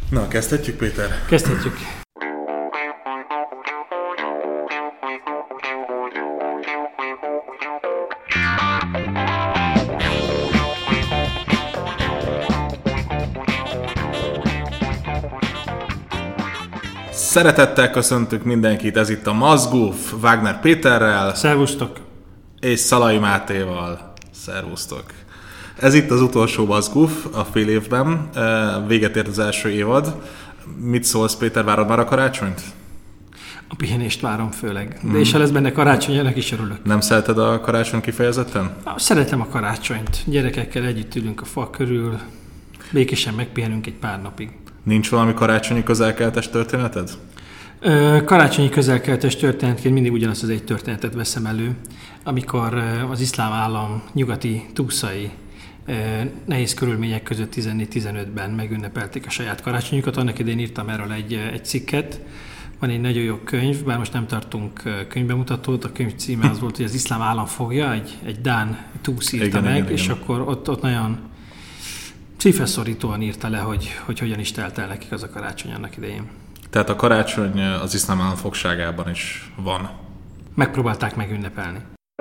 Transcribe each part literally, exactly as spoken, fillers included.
Na, kezdhetjük, Péter? Kezdhetjük. Szeretettel köszöntük mindenkit, ez itt a Mazguf, Wagner Péterrel. Szervusztok. És Szalai Mátéval. Szervusztok. Ez itt az utolsó Mazguf a fél évben, véget ért az első évad. Mit szólsz, Péter, várod már a karácsonyt? A pihenést várom főleg, de hmm. és ha lesz benne karácsony, ennek is örülök. Nem szereted a karácsony kifejezetten? Szeretem a karácsonyt. Gyerekekkel együtt ülünk a fa körül, békésen megpihenünk egy pár napig. Nincs valami karácsonyi közel-keltes történeted? Ö, karácsonyi közel-keltes történetként mindig ugyanazt az egy történetet veszem elő, amikor az iszlám állam nyugati túszai nehéz körülmények között tizennégy-tizenötben megünnepelték a saját karácsonyukat. Annak idején írtam erről egy, egy cikket. Van egy nagyon jó könyv, bár most nem tartunk könyvbemutatót. A könyv címe az volt, hogy az iszlám állam fogja, egy, egy dán túsz írta igen, meg, igen, és igen. Akkor ott, ott nagyon szíveszorítóan írta le, hogy, hogy hogyan is telt el nekik az a karácsony annak idején. Tehát a karácsony az iszlám állam fogságában is van. Megpróbálták megünnepelni.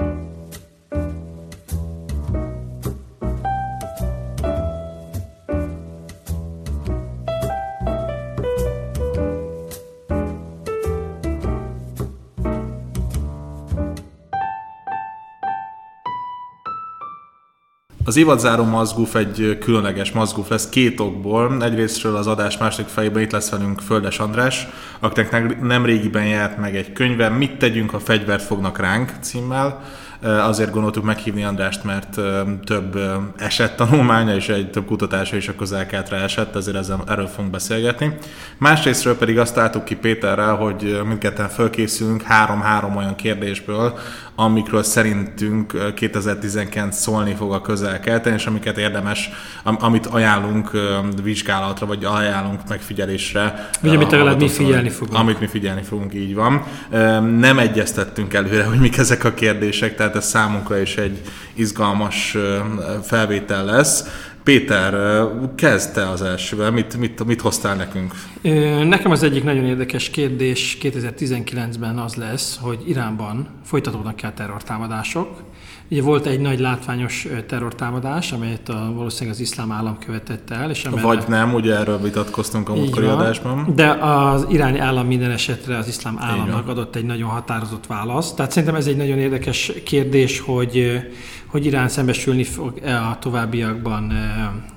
Az évadzáró Mazguf egy különleges Mazguf lesz két okból. Egyrésztről az adás második felében itt lesz velünk Földes András, akinek nemrégiben járt meg egy könyve, Mit tegyünk, ha fegyvert fognak ránk címmel. Azért gondoltuk meghívni Andrást, mert több esettanulmánya és egy több kutatása is a közel-keletre esett, ezért ezzel, erről fogunk beszélgetni. Másrésztről pedig azt álltuk ki Péterrel, hogy mindketten fölkészülünk három-három olyan kérdésből, amikről szerintünk kétezer-tizenkilenc szólni fog a közel-keleten, és amiket érdemes, amit ajánlunk vizsgálatra, vagy ajánlunk megfigyelésre. Vagy amit legalább mi figyelni fogunk. Amit mi figyelni fogunk, így van. Nem egyeztettünk előre, hogy mik ezek a kérdések, tehát ez számunkra is egy izgalmas felvétel lesz. Péter, kezd te az elsővel. Mit, mit, mit hoztál nekünk? Nekem az egyik nagyon érdekes kérdés kétezer-tizenkilencben az lesz, hogy Iránban folytatódnak-e a terrortámadások. Ugye volt egy nagy látványos terrortámadás, amelyet a, valószínűleg az iszlám állam követett el. És Vagy nem, ugye erről vitatkoztunk a múltkori adásban. De az iráni állam minden esetre az iszlám államnak adott egy nagyon határozott választ. Tehát szerintem ez egy nagyon érdekes kérdés, hogy, hogy Irán szembesülni fog a továbbiakban e,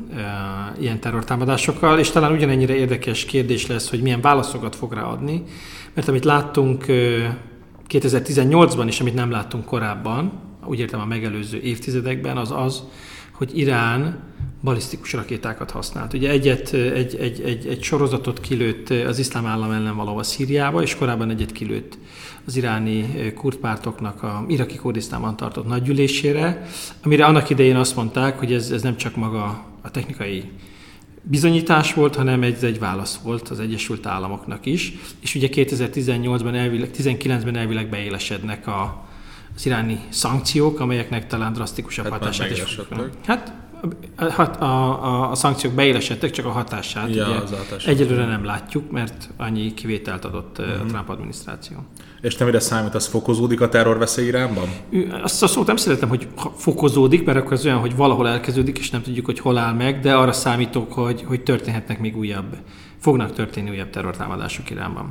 e, ilyen terrortámadásokkal, és talán ugyanennyire érdekes kérdés lesz, hogy milyen válaszokat fog ráadni. Mert amit láttunk kétezer-tizennyolcban is, amit nem láttunk korábban, úgy értem a megelőző évtizedekben, az az, hogy Irán balisztikus rakétákat használt. Ugye egyet, egy, egy, egy, egy sorozatot kilőtt az iszlám állam ellen valahol Szíriába, és korábban egyet kilőtt az iráni kurdpártoknak a iraki Kurdisztánban tartott nagygyűlésére, amire annak idején azt mondták, hogy ez, ez nem csak maga a technikai bizonyítás volt, hanem ez egy válasz volt az Egyesült Államoknak is. És ugye kétezer-tizennyolcban, elvileg, tizenkilencben elvileg beélesednek a az iráni szankciók, amelyeknek talán drasztikusabb hát hatását is fognak. Hát a, a, a, a szankciók beélesedtek, csak a hatását ja, ugye, hatás egyelőre nem látjuk, mert annyi kivételt adott uh-huh. a Trump adminisztráció. És te mire számít, az fokozódik a terrorveszély Iránban? Azt a szót nem szeretem, hogy fokozódik, mert akkor az olyan, hogy valahol elkezdődik, és nem tudjuk, hogy hol áll meg, de arra számítok, hogy, hogy történhetnek még újabb, fognak történni újabb terrortámadások Iránban.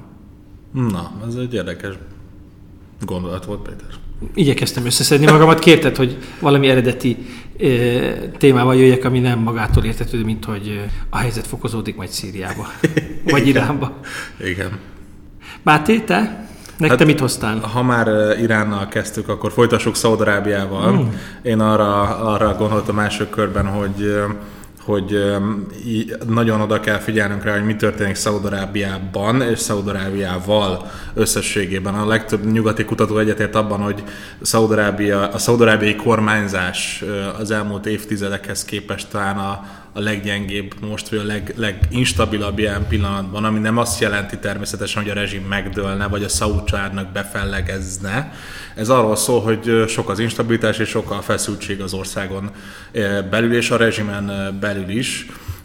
Na, ez egy érdekes gondolat volt, Péter. Igyekeztem összeszedni magamat, kérted, hogy valami eredeti e, témával jöjjek, ami nem magától értetődő, mint hogy a helyzet fokozódik majd Szíriába, vagy Iránba. Igen. Máté, te? Neked hát, mit hoztál? Ha már Iránnal kezdtük, akkor folytassuk Szaúd-Arábiával. Mm. Én arra, arra gondoltam első körben, hogy hogy nagyon oda kell figyelnünk rá, hogy mi történik Szaúd-Arábiában és Szaúd-Arábiával összességében. A legtöbb nyugati kutató egyetért abban, hogy Szaúd-Arábia, a szaúd-arábiai kormányzás az elmúlt évtizedekhez képest talán a, a leggyengébb most, vagy a leg, leginstabilabb ilyen pillanatban, ami nem azt jelenti természetesen, hogy a rezsim megdőlne, vagy a szaúd családnak befellegezne. Ez arról szól, hogy sok az instabilitás és sok a feszültség az országon belül és a rezsimen belül is.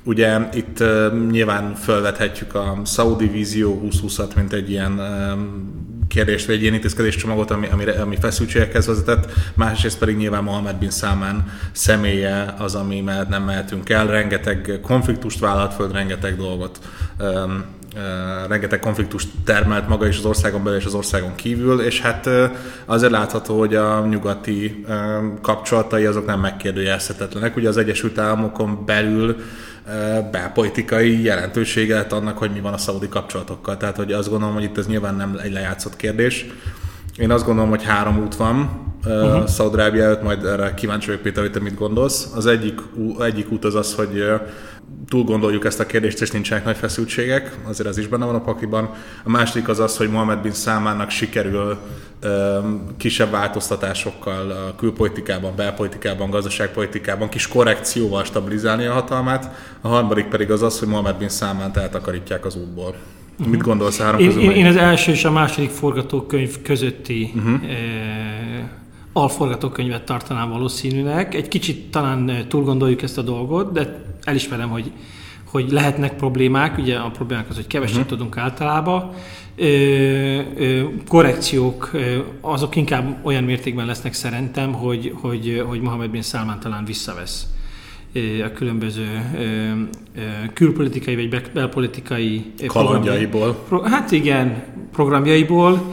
Ugye itt uh, nyilván felvethetjük a Saudi Vízió húsz-húszat, mint egy ilyen um, kérdést, vagy egy ilyen intézkedéscsomagot, ami, ami, ami feszültségekhez vezetett, másrészt pedig nyilván Mohammed bin Salman személye az, ami mellett nem mehetünk el. Rengeteg konfliktust vállalt föl, rengeteg dolgot, um, uh, rengeteg konfliktust termelt maga is az országon belül és az országon kívül, és hát uh, azért látható, hogy a nyugati uh, kapcsolatai azok nem megkérdőjelezhetetlenek. Ugye az Egyesült Államokon belül belpolitikai jelentősége lett annak, hogy mi van a szaudi kapcsolatokkal. Tehát, hogy azt gondolom, hogy itt ez nyilván nem egy lejátszott kérdés. Én azt gondolom, hogy három út van uh-huh. Szaúd-Arábia előtt, majd erre kíváncsi vagyok, Péter, hogy te mit gondolsz. Az egyik, egyik út az az, hogy túl gondoljuk ezt a kérdést, és nincsenek nagy feszültségek, azért ez is benne van a pakliban. A második az az, hogy Mohammed bin Salmannak sikerül um, kisebb változtatásokkal a külpolitikában, belpolitikában, gazdaságpolitikában, kis korrekcióval stabilizálni a hatalmát. A harmadik pedig az az, hogy Mohammed bin Salmant eltakarítják az útból. Uh-huh. Mit gondolsz három én, közül? Én, én az első és a második forgatókönyv közötti uh-huh. eh, alforgatókönyvet tartanám valószínűnek. Egy kicsit talán túl gondoljuk ezt a dolgot, de elismerem, hogy, hogy lehetnek problémák. Ugye a problémák az, hogy keveset uh-huh. tudunk általában. Ö, ö, korrekciók ö, azok inkább olyan mértékben lesznek szerintem, hogy, hogy, hogy Mohammed bin Salman talán visszavesz ö, a különböző ö, ö, külpolitikai vagy belpolitikai kalandjaiból. Pro, hát igen, programjaiból.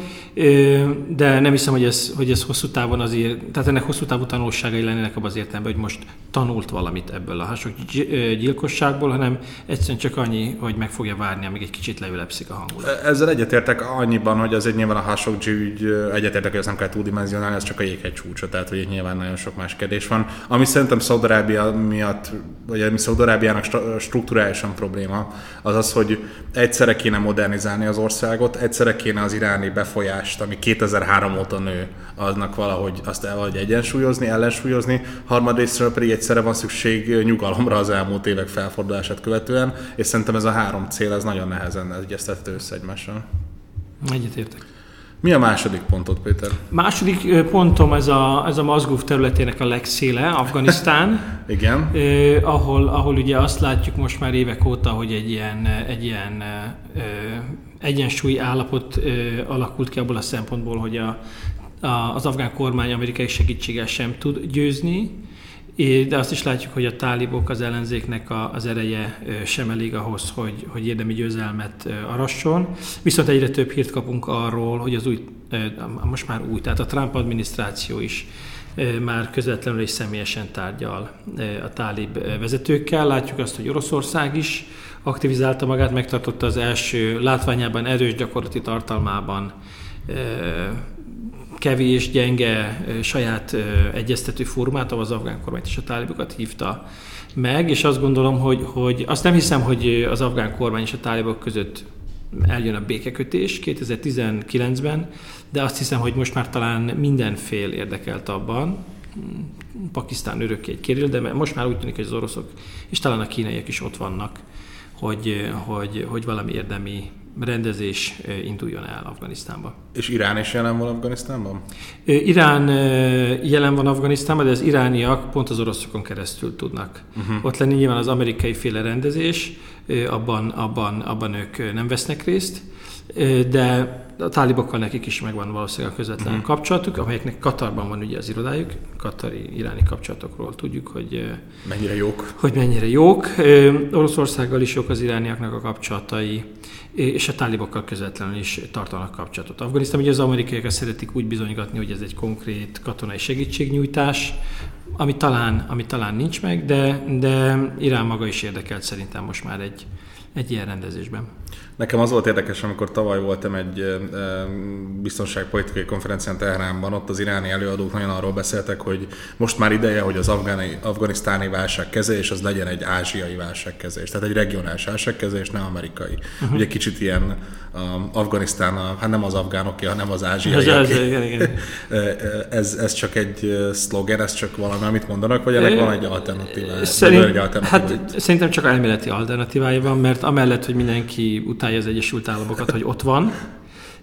De nem hiszem, hogy ez, hogy ez hosszú távon azért, tehát ennek hosszú távú tanulságai lennének abban az értelemben, hogy most tanult valamit ebből a hasonló gyilkosságból, hanem egyszerűen csak annyi, hogy meg fogja várni, amíg egy kicsit leülepszik a hangulat. Ezzel egyetértek annyiban, hogy azért nyilván a Khashoggi ügy, egyetértek, hogy ezt nem kell túldimenzionálni, ez csak a jéghegy csúcsa, tehát hogy nyilván nagyon sok más kérdés van. Ami szerintem Szaúd-Arábia miatt, vagy ami Szaúd-Arábiának strukturálisan probléma, az az, hogy egyszerre kéne modernizálni az országot, egyszerre kéne az iráni befolyás, ami kétezer-három óta nő, aznak valahogy azt el valahogy egyensúlyozni, ellensúlyozni. Harmadrészről pedig egyszerre van szükség nyugalomra az elmúlt évek felfordulását követően, és szerintem ez a három cél, ez nagyon nehezen egyeztethető össze egymással. Egyetértek. Mi a második pontod, Péter? Második pontom ez a, ez a Mazguf területének a legszéle, Afganisztán. Igen. Eh, ahol, ahol ugye azt látjuk most már évek óta, hogy egy ilyen, egy ilyen eh, egyensúlyi állapot eh, alakult ki abból a szempontból, hogy a, a, az afgán kormány amerikai segítséggel sem tud győzni, de azt is látjuk, hogy a tálibok, az ellenzéknek a, az ereje sem elég ahhoz, hogy, hogy érdemi győzelmet arasson. Viszont egyre több hírt kapunk arról, hogy az új, most már új, tehát a Trump adminisztráció is már közvetlenül és személyesen tárgyal a tálib vezetőkkel. Látjuk azt, hogy Oroszország is aktivizálta magát, megtartotta az első látványában, erős gyakorlati tartalmában kevés, gyenge, saját egyeztető fórumát, ahol az afgán kormányt és a tálibokat hívta meg, és azt gondolom, hogy, hogy azt nem hiszem, hogy az afgán kormány és a tálibok között eljön a békekötés kétezer-tizenkilencben, de azt hiszem, hogy most már talán minden fél érdekelt abban, Pakisztán örökké egy kérdés, de most már úgy tűnik, hogy az oroszok és talán a kínaiak is ott vannak, hogy, hogy, hogy valami érdemi rendezés induljon el Afganisztánba. És Irán is jelen van Afganisztánban? Irán jelen van Afganisztánban, de az irániak pont az oroszokon keresztül tudnak uh-huh. ott lenni. Nyilván az amerikai féle rendezés, abban, abban, abban ők nem vesznek részt, de a tálibokkal nekik is megvan valószínűleg a közvetlen uh-huh. kapcsolatuk, amelyeknek Katarban van ugye az irodájuk, katari-iráni kapcsolatokról tudjuk, hogy mennyire jók. Hogy mennyire jók. Oroszországgal is jók az irániaknak a kapcsolatai, és a tálibokkal közvetlenül is tartanak kapcsolatot. Afganisztán ugye az amerikaiak szeretik úgy bizonygatni, hogy ez egy konkrét katonai segítségnyújtás, ami talán, ami talán nincs meg, de, de Irán maga is érdekelt szerintem most már egy, egy ilyen rendezésben. Nekem az volt érdekes, amikor tavaly voltam egy e, biztonságpolitikai konferencián Teheránban, ott az iráni előadók nagyon arról beszéltek, hogy most már ideje, hogy az afgáni, afganisztáni válságkezelés az legyen egy ázsiai válságkezelés, tehát egy regionális válságkezelés, nem amerikai. Uh-huh. Ugye kicsit ilyen um, Afganisztán, a, hát nem az afgánoké, hanem az ázsiai. Az igen, igen. ez, ez csak egy szlogen, ez csak valami, amit mondanak, vagy ennek van egy alternatívája? Szerint, egy alternatívája? Hát szerintem csak elméleti alternatívája van, mert amellett, hogy mindenki utálja az Egyesült Államokat, hogy ott van,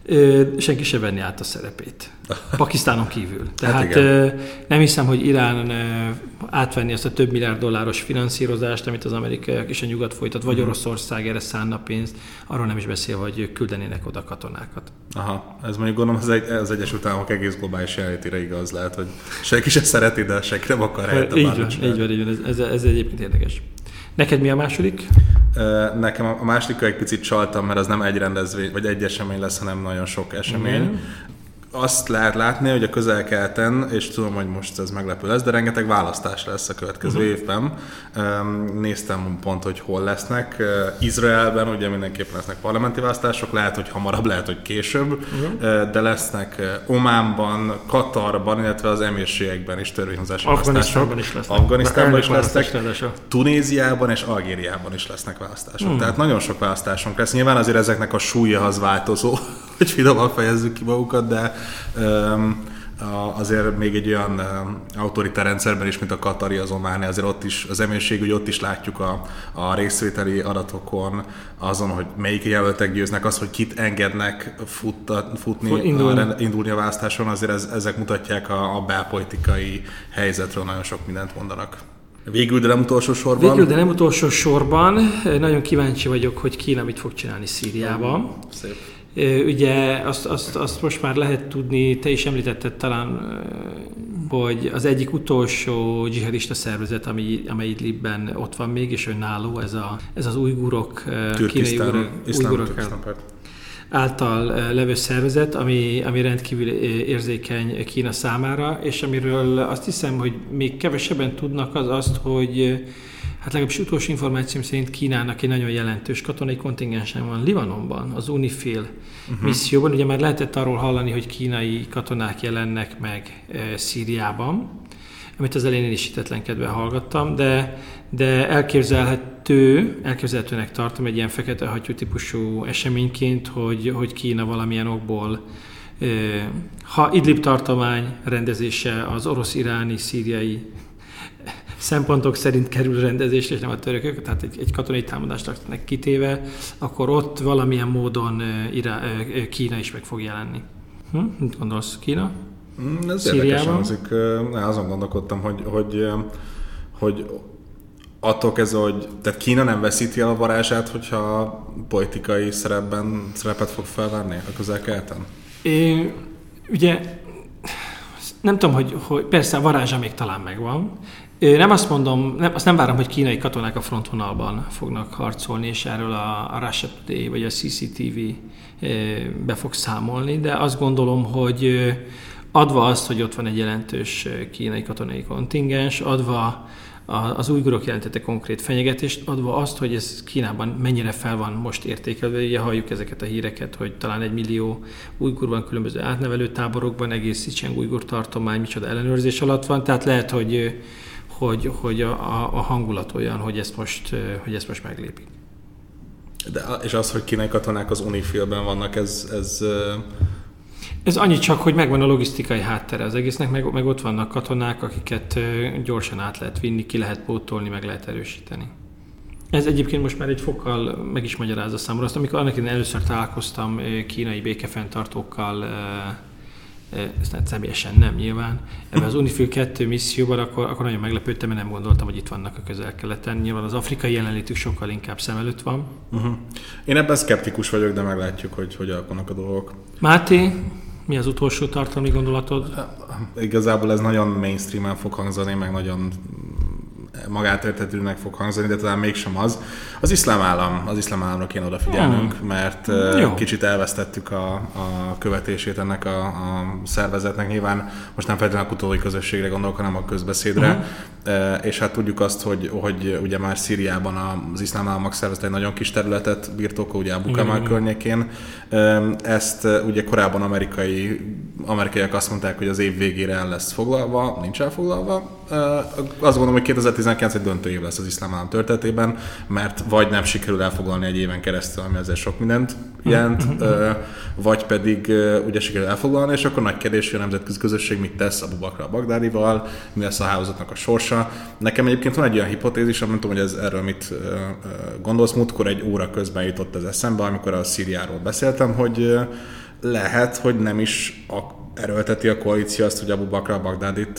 senki se venni át a szerepét. Pakisztánon kívül. Tehát hát nem hiszem, hogy Irán átvenni azt a több milliárd dolláros finanszírozást, amit az amerikaiak és a nyugat folytat, vagy Oroszország erre szánna pénzt, arról nem is beszél, hogy ők küldenének oda katonákat. Aha, ez mondjuk gondolom az, egy, az Egyesült Államok egész globális jelenlétére igaz lehet, hogy senki se szereti, de senki nem akar helyette bármit. Így van, így van, így van. Ez, ez, ez egyébként érdekes. Neked mi a második? Nekem a másodikkal egy picit csaltam, mert az nem egy rendezvény, vagy egy esemény lesz, hanem nagyon sok esemény. Mm. Azt lehet látni, hogy a Közel-Keleten, és tudom, hogy most ez meglepő lesz, de rengeteg választás lesz a következő uh-huh. évben. Néztem pont, hogy hol lesznek. Izraelben ugye mindenképpen lesznek parlamenti választások, lehet, hogy hamarabb, lehet, hogy később, uh-huh. de lesznek Ománban, Katarban, illetve az emírségekben is törvényhozási választások. Is lesznek. Afganisztánban is lesznek. Tunéziában és Algériában is lesznek választások. Uh-huh. Tehát nagyon sok választásunk lesz. Nyilván azért ezeknek a súlya az változó, hogy finoman fejezzük ki magukat, de um, azért még egy olyan um, autoritár rendszerben is, mint a katari, az ománi, azért ott is, az emírség, hogy ott is látjuk a, a részvételi adatokon, azon, hogy melyik jelöltek győznek, az, hogy kit engednek futta, futni, indulni. A, indulni a választáson, azért ez, ezek mutatják a, a belpolitikai helyzetről, nagyon sok mindent mondanak. Végül, de nem utolsó sorban. Végül, de nem utolsó sorban. Nagyon kíváncsi vagyok, hogy Kína mit fog csinálni Szíriában. Szép. Ugye azt, azt, azt most már lehet tudni, te is említetted talán, hogy az egyik utolsó dzsihadista szervezet, ami, amely Idlibben ott van még, és önálló, ez, a, ez az ujgurok, kínai ujgurok által levő szervezet, ami, ami rendkívül érzékeny Kína számára, és amiről azt hiszem, hogy még kevesebben tudnak, az azt, hogy hát legalábbis utolsó információm szerint Kínának egy nagyon jelentős katonai kontingensen van Libanonban, az UNIFIL uh-huh. misszióban. Ugye már lehetett arról hallani, hogy kínai katonák jelennek meg e, Szíriában, amit az elején is hitetlenkedve hallgattam, de, de elképzelhető, elképzelhetőnek tartom egy ilyen fekete hattyú típusú eseményként, hogy, hogy Kína valamilyen okból, e, ha Idlib tartomány rendezése az orosz-iráni, szíriai szempontok szerint kerül rendezésre, és nem a törökök, tehát egy, egy katonai támadásnak kitéve, akkor ott valamilyen módon Irá, Kína is meg fog jelenni. Hm? Mit gondolsz, Kína? Ez érdekes hangzik. Azon gondolkodtam, hogy, hogy, hogy attól kezdve, hogy tehát Kína nem veszíti el a varázsát, hogyha politikai szerepben szerepet fog felvenni a Közel-Keleten? É, ugye nem tudom, hogy, hogy persze a varázsa még talán megvan. Nem azt mondom, nem, azt nem várom, hogy kínai katonák a frontvonalban fognak harcolni, és erről a, a Russia Today vagy a cé cé té vé be fog számolni, de azt gondolom, hogy adva azt, hogy ott van egy jelentős kínai katonai kontingens, adva az ujgurok jelentette konkrét fenyegetést, adva azt, hogy ez Kínában mennyire fel van most értékelve. Ugye halljuk ezeket a híreket, hogy talán egy millió ujgur van különböző átnevelő táborokban, egész Xinjiang ujgur tartomány micsoda ellenőrzés alatt van, tehát lehet, hogy, hogy, hogy a, a hangulat olyan, hogy ezt most, hogy ezt most meglépik. De, és az, hogy kínai katonák az UNIFIL-ben vannak, ez... ez Ez annyi csak, hogy megvan a logisztikai háttere az egésznek, meg, meg ott vannak katonák, akiket gyorsan át lehet vinni, ki lehet pótolni, meg lehet erősíteni. Ez egyébként most már egy fokkal meg is magyarázza számomra azt, amikor annak én először találkoztam kínai békefenntartókkal, ezt személyesen nem nyilván, ebben az UNIFIL kettő misszióban, akkor, akkor nagyon meglepődtem, mert nem gondoltam, hogy itt vannak a Közel-Keleten. Nyilván az afrikai jelenlétük sokkal inkább szem előtt van. Uh-huh. Én ebben szkeptikus vagyok, de meglátjuk, hogy hogy alakulnak a dolgok. Máté, mi az utolsó tartalmi gondolatod? Igazából ez nagyon mainstreamen fog hangzani, meg nagyon magát értetőnek fog hangzani, de talán mégsem az. Az iszlám állam, az iszlám államra kéne odafigyelnünk, hmm. mert Jó. kicsit elvesztettük a, a követését ennek a, a szervezetnek. Nyilván most nem feltétlenül a kutatói közösségre gondolok, hanem a közbeszédre. Hmm. És hát tudjuk azt, hogy, hogy ugye már Szíriában az iszlám államok szervezet egy nagyon kis területet birtokol, ugye Abu Kamal környékén. Ezt ugye korábban amerikai, amerikaiak azt mondták, hogy az év végére el lesz foglalva, nincs elfoglalva. Azt gondolom, hogy kétezer-tizenkilenc egy döntő év lesz az iszlám állam történetében, mert vagy nem sikerül elfoglalni egy éven keresztül, ami ezzel sok mindent jelent, vagy pedig ugye sikerül elfoglalni, és akkor nagy kérdés, hogy a nemzetközi közösség mit tesz Abu Bakr al-Baghdadival, mi lesz a hálózatnak a sorsa. Nekem egyébként van egy olyan hipotézis, nem tudom, hogy ez erről mit gondolsz, múltkor egy óra közben jutott az eszembe, amikor a Szíriáról beszéltem, hogy lehet, hogy nem is a, erőlteti a koalíció azt, hogy Abu Bakr al-Baghdadit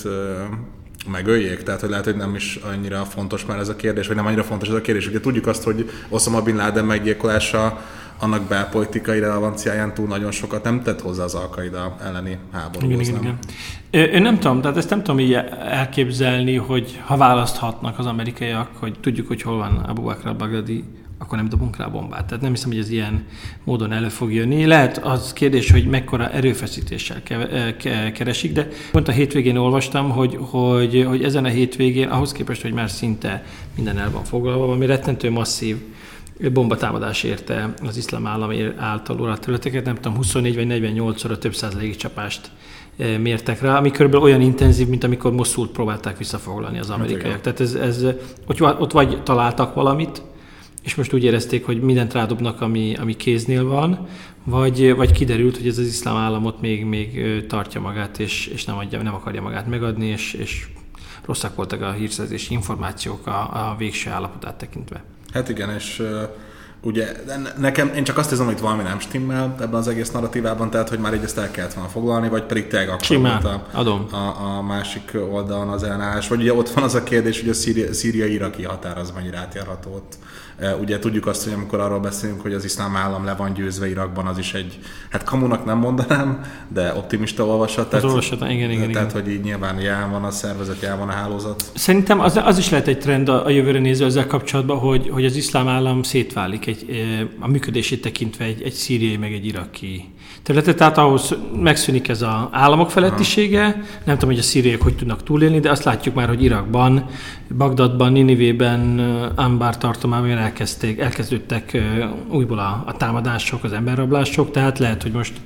megöljék, tehát hogy lehet, hogy nem is annyira fontos már ez a kérdés, vagy nem annyira fontos ez a kérdés. Ugye tudjuk azt, hogy Osama Bin Laden meggyilkolása annak belpolitikai relevanciáján túl nagyon sokat nem tett hozzá az Al-Qaida elleni háborúhoz. Igen, igen, igen. Én nem tudom, tehát ezt nem tudom így elképzelni, hogy ha választhatnak az amerikaiak, hogy tudjuk, hogy hol van Abu Bakr al-Baghdadi, akkor nem dobunk rá bombát. Tehát nem hiszem, hogy ez ilyen módon elő fog jönni. Lehet az kérdés, hogy mekkora erőfeszítéssel keresik, de pont a hétvégén olvastam, hogy, hogy, hogy ezen a hétvégén, ahhoz képest, hogy már szinte minden el van foglalva, valami rettentő masszív bombatámadás érte az iszlám állam által uralt területeket, nem tudom, huszonnégy vagy negyvennyolcszor több száz légicsapást mértek rá, ami körülbelül olyan intenzív, mint amikor Moszult próbálták visszafoglalni az amerikaiak. Tehát ez, ez, ott vagy találtak valamit, és most úgy érezték, hogy mindent rádobnak, ami, ami kéznél van, vagy, vagy kiderült, hogy ez az iszlám államot még, még tartja magát, és, és nem, adja, nem akarja magát megadni, és, és rosszak voltak a hírszerzési információk a, a végső állapotát tekintve. Hát igen, és uh, ugye nekem, én csak azt érzem, hogy itt valami nem stimmel ebben az egész narratívában, tehát hogy már így ezt el kellett volna foglalni, vagy pedig tényleg akkor volt a, a, a másik oldalon az ellenállás. Vagy ugye ott van az a kérdés, hogy a szíri, szíriai-iraki határ az mennyire átjárható ott. Ugye tudjuk azt, hogy amikor arról beszélünk, hogy az iszlám állam le van győzve Irakban, az is egy, hát kamunak nem mondanám, de optimista olvasat. Az olvasat, igen, igen. Tehát, igen. hogy így nyilván jelen van a szervezet, jelen van a hálózat. Szerintem az, az is lehet egy trend a, a jövőre nézve ezzel kapcsolatban, hogy, hogy az iszlám állam szétválik egy, a működését tekintve egy, egy szíriai, meg egy iraki területet. Tehát ahhoz megszűnik ez az államok felettisége. Nem tudom, hogy a szíriaiak hogy tudnak túlélni, de azt látjuk már, hogy Irakban, Bagdadban, Ninivében, Anbar tartományban elkezdték, elkezdődtek újból a, a támadások, az emberrablások, tehát lehet, hogy most,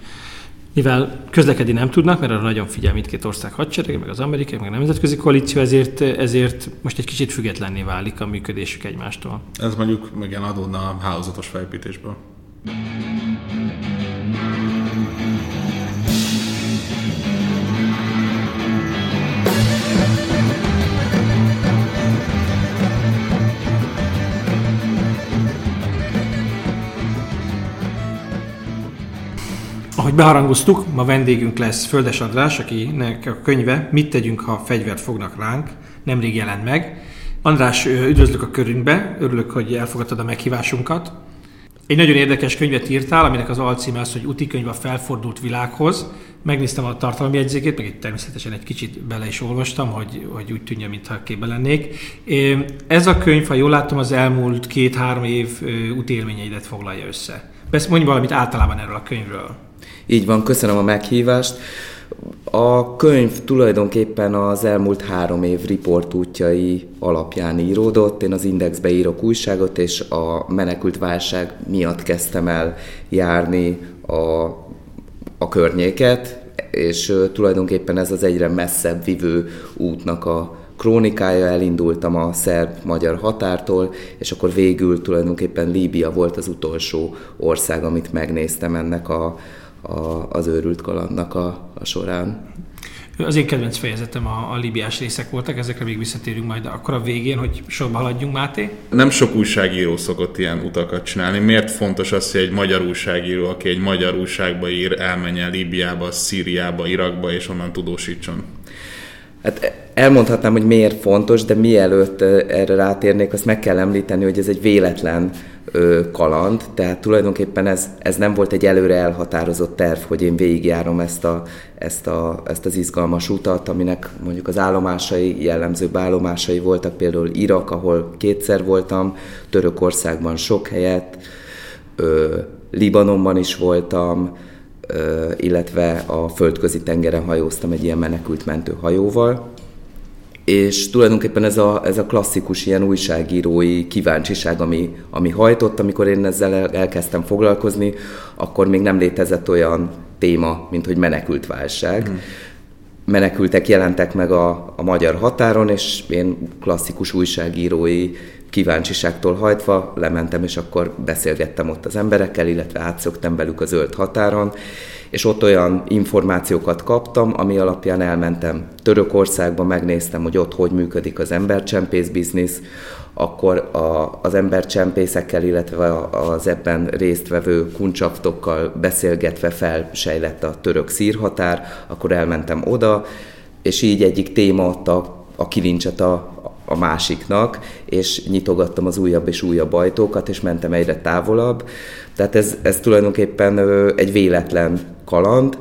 mivel közlekedni nem tudnak, mert arra nagyon figyel mindkét ország hadserege, meg az amerikai, meg a nemzetközi koalíció, ezért, ezért most egy kicsit függetlenné válik a működésük egymástól. Ez mondjuk igen adódna a hálózatos felépítésből. Ahogy beharangoztuk, ma vendégünk lesz Földes András, akinek a könyve Mit tegyünk, ha fegyvert fognak ránk, nemrég jelent meg. András, üdvözlök a körünkbe, örülök, hogy elfogadtad a meghívásunkat. Egy nagyon érdekes könyvet írtál, aminek az alcíme az, hogy Útikönyv a felfordult világhoz. Megnéztem a tartalomjegyzékét, meg természetesen egy kicsit bele is olvastam, hogy, hogy úgy tűnjön, mintha képben lennék. Ez a könyv, ha jól látom, az elmúlt két-három év útélményeidet foglalja össze. Persze mondj valamit általában erről a könyvről. Így van, köszönöm a meghívást. A könyv tulajdonképpen az elmúlt három év riportútjai alapján íródott. Én az Indexbe írok újságot, és a menekült válság miatt kezdtem el járni a, a környéket, és tulajdonképpen ez az egyre messzebb vivő útnak a krónikája. Elindultam a szerb-magyar határtól, és akkor végül tulajdonképpen Líbia volt az utolsó ország, amit megnéztem ennek a A, az őrült kalandnak a, a során. Az én kedvenc fejezetem a, a líbiás részek voltak, ezekre még visszatérünk majd, akkor a végén, hogy sorba haladjunk, Máté. Nem sok újságíró szokott ilyen utakat csinálni. Miért fontos az, hogy egy magyar újságíró, aki egy magyar újságba ír, elmenjen Líbiába, Szíriába, Irakba, és onnan tudósítson? Hát elmondhatnám, hogy miért fontos, de mielőtt erre rátérnék, azt meg kell említeni, hogy ez egy véletlen kaland, tehát tulajdonképpen ez, ez nem volt egy előre elhatározott terv, hogy én végigjárom ezt, a, ezt, a, ezt az izgalmas utat, aminek mondjuk az állomásai, jellemzőbb állomásai voltak, például Irak, ahol kétszer voltam, Törökországban sok helyet, ö, Libanonban is voltam, ö, illetve a földközi tengeren hajóztam egy ilyen menekültmentő hajóval. És tulajdonképpen ez a, ez a klasszikus ilyen újságírói kíváncsiság, ami, ami hajtott, amikor én ezzel el, elkezdtem foglalkozni, akkor még nem létezett olyan téma, mint hogy menekültválság. Mm. Menekültek jelentek meg a, a magyar határon, és én klasszikus újságírói kíváncsiságtól hajtva lementem, és akkor beszélgettem ott az emberekkel, illetve átszöktem velük a zöld határon, és ott olyan információkat kaptam, ami alapján elmentem Törökországba, megnéztem, hogy ott hogy működik az embercsempész biznisz, akkor a, az embercsempészekkel, illetve az ebben résztvevő kuncsaftokkal beszélgetve felsejlett a török szírhatár, akkor elmentem oda, és így egyik téma adta a kilincset a, a másiknak, és nyitogattam az újabb és újabb ajtókat, és mentem egyre távolabb. Tehát ez, ez tulajdonképpen egy véletlen kaland,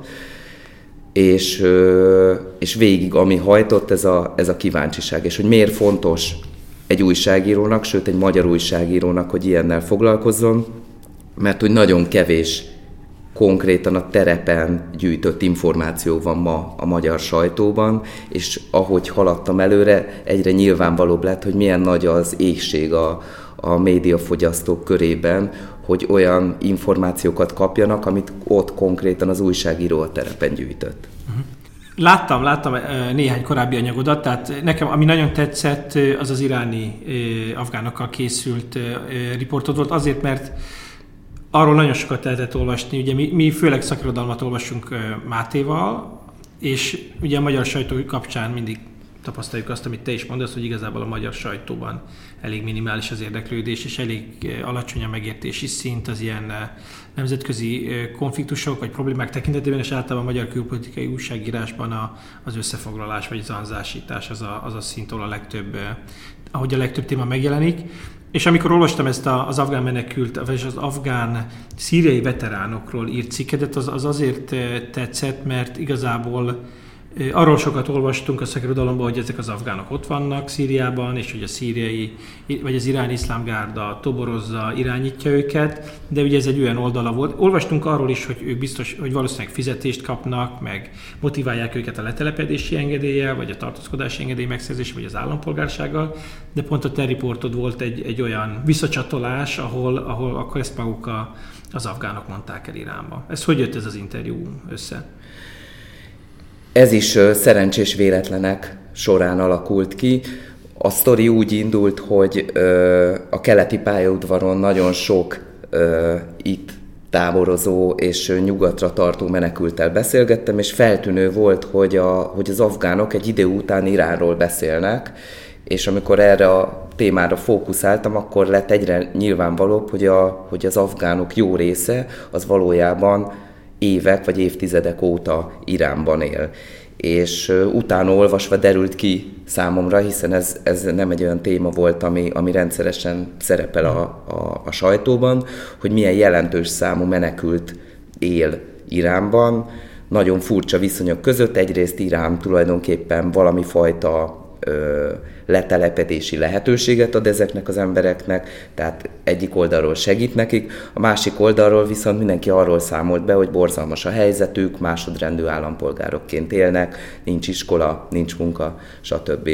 és, és végig ami hajtott, ez a, ez a kíváncsiság. És hogy miért fontos egy újságírónak, sőt egy magyar újságírónak, hogy ilyennel foglalkozzon, mert hogy nagyon kevés konkrétan a terepen gyűjtött információ van ma a magyar sajtóban, és ahogy haladtam előre, egyre nyilvánvalóbb lett, hogy milyen nagy az éhség a, a médiafogyasztók körében, hogy olyan információkat kapjanak, amit ott konkrétan az újságíró a terepen gyűjtött. Láttam, láttam néhány korábbi anyagodat, tehát nekem ami nagyon tetszett, az az iráni afgánokkal készült riportod volt, azért, mert arról nagyon sokat lehetett olvasni, ugye mi, mi főleg szakirodalmat olvasunk Mátéval, és ugye a magyar sajtó kapcsán mindig tapasztaljuk azt, amit te is mondasz, hogy igazából a magyar sajtóban elég minimális az érdeklődés, és elég alacsony a megértési szint az ilyen nemzetközi konfliktusok vagy problémák tekintetében, és általában a magyar külpolitikai újságírásban a, az összefoglalás vagy zanzásítás az a, az a szint, ahol a legtöbb, ahogy a legtöbb téma megjelenik. És amikor olvastam ezt az afgán menekült, vagy az afgán szíriai veteránokról írt cikkedet, az, az azért tetszett, mert igazából arról sokat olvastunk a szakirodalomban, hogy ezek az afgánok ott vannak Szíriában, és hogy a szíriai, vagy az iráni iszlám gárda toborozza, irányítja őket, de ugye ez egy olyan oldala volt. Olvastunk arról is, hogy ők biztos, hogy valószínűleg fizetést kapnak, meg motiválják őket a letelepedési engedéllyel, vagy a tartózkodási engedély megszerzése, vagy az állampolgársággal, de pont a te riportod volt egy, egy olyan visszacsatolás, ahol, ahol akkor ezt maguk a, az afgánok mondták el Iránba. Ez hogy jött ez az interjú össze? Ez is szerencsés véletlenek során alakult ki. A sztori úgy indult, hogy a keleti pályaudvaron nagyon sok itt táborozó és nyugatra tartó menekülttel beszélgettem, és feltűnő volt, hogy, a, hogy az afgánok egy idő után Iránról beszélnek, és amikor erre a témára fókuszáltam, akkor lett egyre nyilvánvalóbb, hogy, a, hogy az afgánok jó része az valójában évek vagy évtizedek óta Iránban él. És utána olvasva derült ki számomra, hiszen ez, ez nem egy olyan téma volt, ami, ami rendszeresen szerepel a, a, a sajtóban, hogy milyen jelentős számú menekült él Iránban. Nagyon furcsa viszonyok között, egyrészt Irán tulajdonképpen valami fajta ö, letelepedési lehetőséget ad ezeknek az embereknek, tehát egyik oldalról segít nekik, a másik oldalról viszont mindenki arról számolt be, hogy borzalmas a helyzetük, másodrendű állampolgárokként élnek, nincs iskola, nincs munka, stb.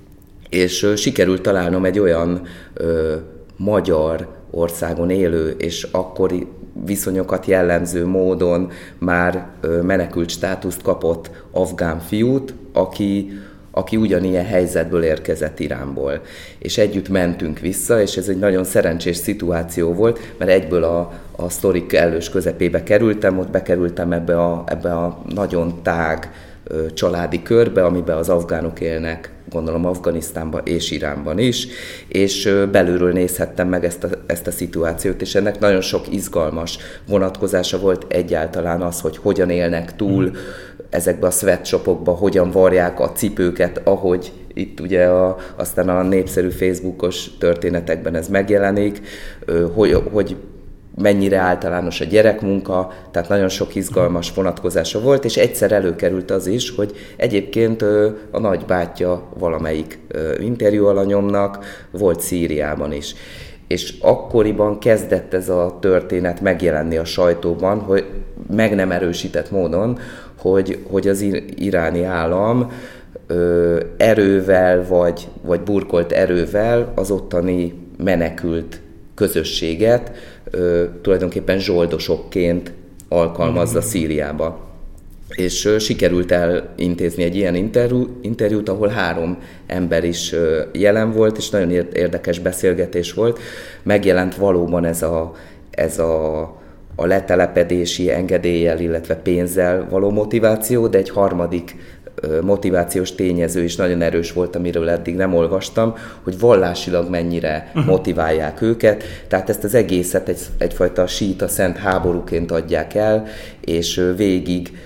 És ö, sikerült találnom egy olyan ö, magyar országon élő és akkori viszonyokat jellemző módon már ö, menekült státuszt kapott afgán fiút, aki aki ugyanilyen helyzetből érkezett Iránból. És együtt mentünk vissza, és ez egy nagyon szerencsés szituáció volt, mert egyből a, a sztorik elős közepébe kerültem, ott bekerültem ebbe a, ebbe a nagyon tág ö, családi körbe, amiben az afgánok élnek, gondolom Afganisztánban és Iránban is, és ö, belülről nézhettem meg ezt a, ezt a szituációt, és ennek nagyon sok izgalmas vonatkozása volt egyáltalán az, hogy hogyan élnek túl, mm. ezekbe a sweatshopokba, hogyan varják a cipőket, ahogy itt ugye a, aztán a népszerű Facebookos történetekben ez megjelenik, hogy, hogy mennyire általános a gyerekmunka, tehát nagyon sok izgalmas vonatkozása volt, és egyszer előkerült az is, hogy egyébként a nagybátyja valamelyik interjúalanyomnak volt Szíriában is. És akkoriban kezdett ez a történet megjelenni a sajtóban, hogy meg nem erősített módon, hogy, hogy az iráni állam ö, erővel vagy, vagy burkolt erővel az ottani menekült közösséget ö, tulajdonképpen zsoldosokként alkalmazza mm-hmm. Szíriába. És ö, sikerült elintézni egy ilyen interjú, interjút, ahol három ember is ö, jelen volt, és nagyon érdekes beszélgetés volt. Megjelent valóban ez a, ez a a letelepedési engedéllyel, illetve pénzzel való motiváció, de egy harmadik motivációs tényező is nagyon erős volt, amiről eddig nem olvastam, hogy vallásilag mennyire uh-huh. motiválják őket, tehát ezt az egészet egy, egyfajta síita szent háborúként adják el, és végig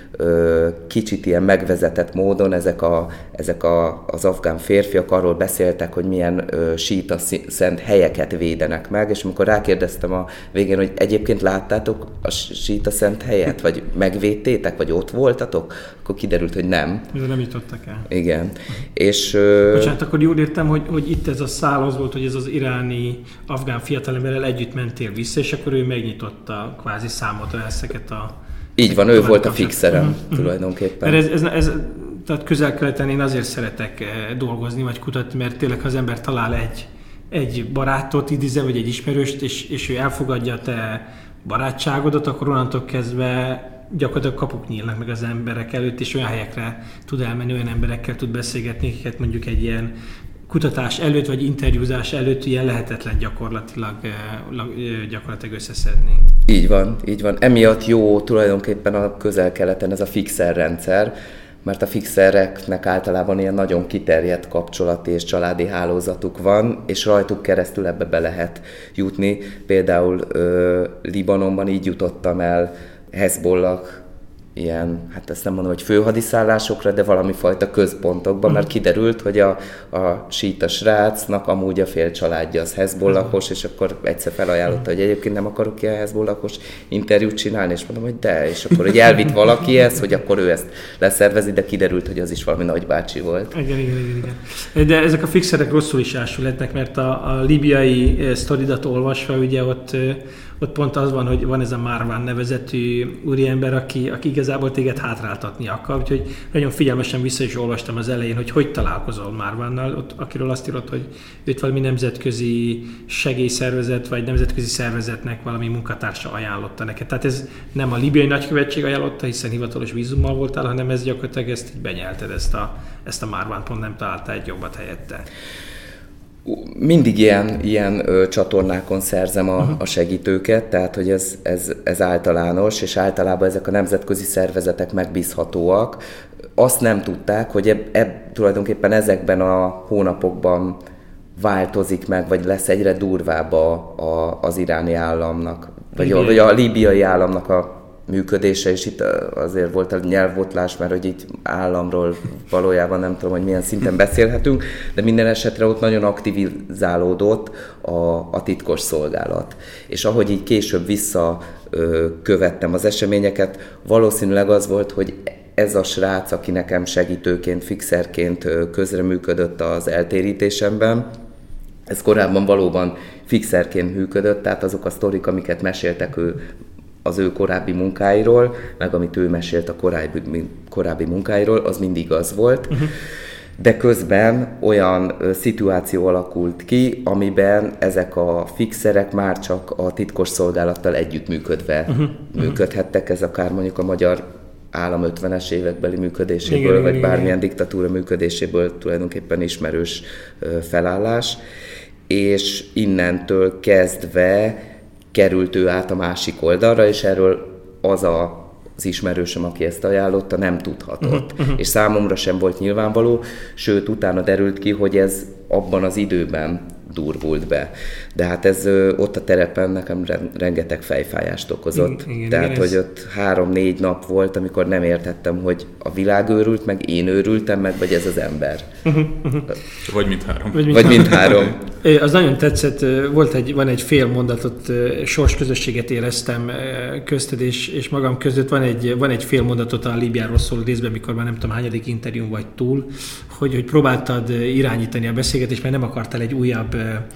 kicsit ilyen megvezetett módon ezek, a, ezek a, az afgán férfiak arról beszéltek, hogy milyen síita szent helyeket védenek meg, és amikor rákérdeztem a végén, hogy egyébként láttátok a síita szent helyet, vagy megvédtétek, vagy ott voltatok, akkor kiderült, hogy nem. Ez nem jutottak el. Igen. Uh-huh. És, Bocsánat, akkor jól értem, hogy, hogy itt ez a szál az volt, hogy ez az iráni afgán fiatalemberrel együtt mentél vissza, és akkor ő megnyitotta kvázi számodra ezeket a... Így van, ő volt a fixerem uh-huh. tulajdonképpen. Mert ez, ez, ez, tehát közel-keleten én azért szeretek dolgozni, vagy kutatni, mert tényleg ha az ember talál egy, egy barátot, idézem, vagy egy ismerőst, és, és ő elfogadja a te barátságodat, akkor onnantól kezdve gyakorlatilag kapuk nyílnak meg az emberek előtt, és olyan helyekre tud elmenni, olyan emberekkel tud beszélgetni, akiket mondjuk egy ilyen kutatás előtt, vagy interjúzás előtt ilyen lehetetlen gyakorlatilag, gyakorlatilag összeszedni. Így van, így van. Emiatt jó tulajdonképpen a közel-keleten ez a fixer rendszer, mert a fixereknek általában ilyen nagyon kiterjedt kapcsolati és családi hálózatuk van, és rajtuk keresztül ebbe be lehet jutni. Például ö, Libanonban így jutottam el Hezbollah ilyen, hát ezt nem mondom, hogy főhadiszállásokra, de valami fajta központokban, mert kiderült, hogy a, a síita srácnak amúgy a fél családja az Hezbollahos, és akkor egyszer felajánlotta, hogy egyébként nem akarok ilyen Hezbollahos interjút csinálni, és mondom, hogy de, és akkor hogy elvitt valaki ezt, hogy akkor ő ezt leszervezi, de kiderült, hogy az is valami nagybácsi volt. Igen, igen, igen, igen. De ezek a fixerek rosszul is ásülhetnek, mert a, a libiai sztoridat olvasva, ugye ott Ott pont az van, hogy van ez a Marwan nevezetű úriember, aki, aki igazából téged hátráltatni akar, úgyhogy nagyon figyelmesen vissza is olvastam az elején, hogy hogy találkozol Marwannal, ott, akiről azt írott, hogy őt valami nemzetközi segélyszervezet, vagy nemzetközi szervezetnek valami munkatársa ajánlotta neked. Tehát ez nem a libiai nagykövetség ajánlotta, hiszen hivatalos vízummal voltál, hanem ez gyakorlatilag ezt így benyelted, ezt a, ezt a Marwan, pont nem találtál egy jobbat helyette. Mindig ilyen, ilyen ö, csatornákon szerzem a, a segítőket, tehát hogy ez, ez, ez általános, és általában ezek a nemzetközi szervezetek megbízhatóak. Azt nem tudták, hogy eb, eb, tulajdonképpen ezekben a hónapokban változik meg, vagy lesz egyre durvább a, a, az iráni államnak, vagy a, vagy a líbiai államnak a működése, és itt azért volt a nyelvbotlás, mert hogy itt államról valójában nem tudom, hogy milyen szinten beszélhetünk, de minden esetre ott nagyon aktivizálódott a, a titkos szolgálat. És ahogy így később visszakövettem az eseményeket, valószínűleg az volt, hogy ez a srác, aki nekem segítőként, fixerként közreműködött az eltérítésemben, ez korábban valóban fixerként működött, tehát azok a sztorik, amiket meséltek ő az ő korábbi munkáiról, meg amit ő mesélt a korábbi, korábbi munkáiról, az mindig az volt. Uh-huh. De közben olyan ö, szituáció alakult ki, amiben ezek a fixerek már csak a titkos szolgálattal együttműködve uh-huh. működhettek. Ez akár mondjuk a magyar állam ötvenes évekbeli működéséből, igen, vagy igen, bármilyen igen. diktatúra működéséből tulajdonképpen ismerős ö, felállás. És innentől kezdve került ő át a másik oldalra, és erről az a, az ismerősöm, aki ezt ajánlotta, nem tudhatott. Uh-huh, uh-huh. És számomra sem volt nyilvánvaló, sőt, utána derült ki, hogy ez abban az időben durvult be. De hát ez ö, ott a terepen nekem rengeteg fejfájást okozott. Igen, Tehát, igen, hogy ez... ott három-négy nap volt, amikor nem értettem, hogy a világ őrült meg, én őrültem meg, vagy ez az ember. Uh-huh, uh-huh. Vagy mindhárom. Vagy mindhárom. Vagy mindhárom. Az nagyon tetszett, volt egy, van egy fél mondatot, sorsközösséget éreztem közted és, és magam között. Van egy, van egy fél mondatot a Líbiáról szóló részben, mikor már nem tudom, hányadik interjún vagy túl, hogy, hogy próbáltad irányítani a beszélgetést, mert nem akartál egy újabb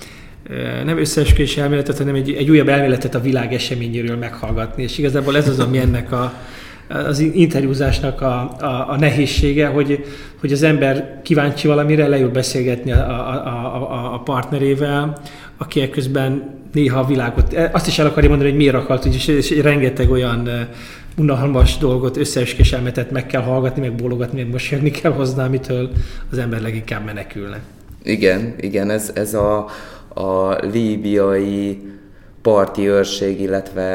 nem összeesküvési elméletet, hanem egy, egy újabb elméletet a világ eseményéről meghallgatni. És igazából ez az, ami ennek a, az interjúzásnak a, a, a nehézsége, hogy, hogy az ember kíváncsi valamire, leül beszélgetni a, a, a, a partnerével, aki közben néha a világot, azt is el akarja mondani, hogy miért akart, és, és rengeteg olyan unalmas dolgot, összeesküvés elméletet meg kell hallgatni, meg bólogatni, meg mosolyogni kell hozzá, amitől az ember leginkább menekülne. Igen, igen, ez, ez a, a líbiai parti őrség, illetve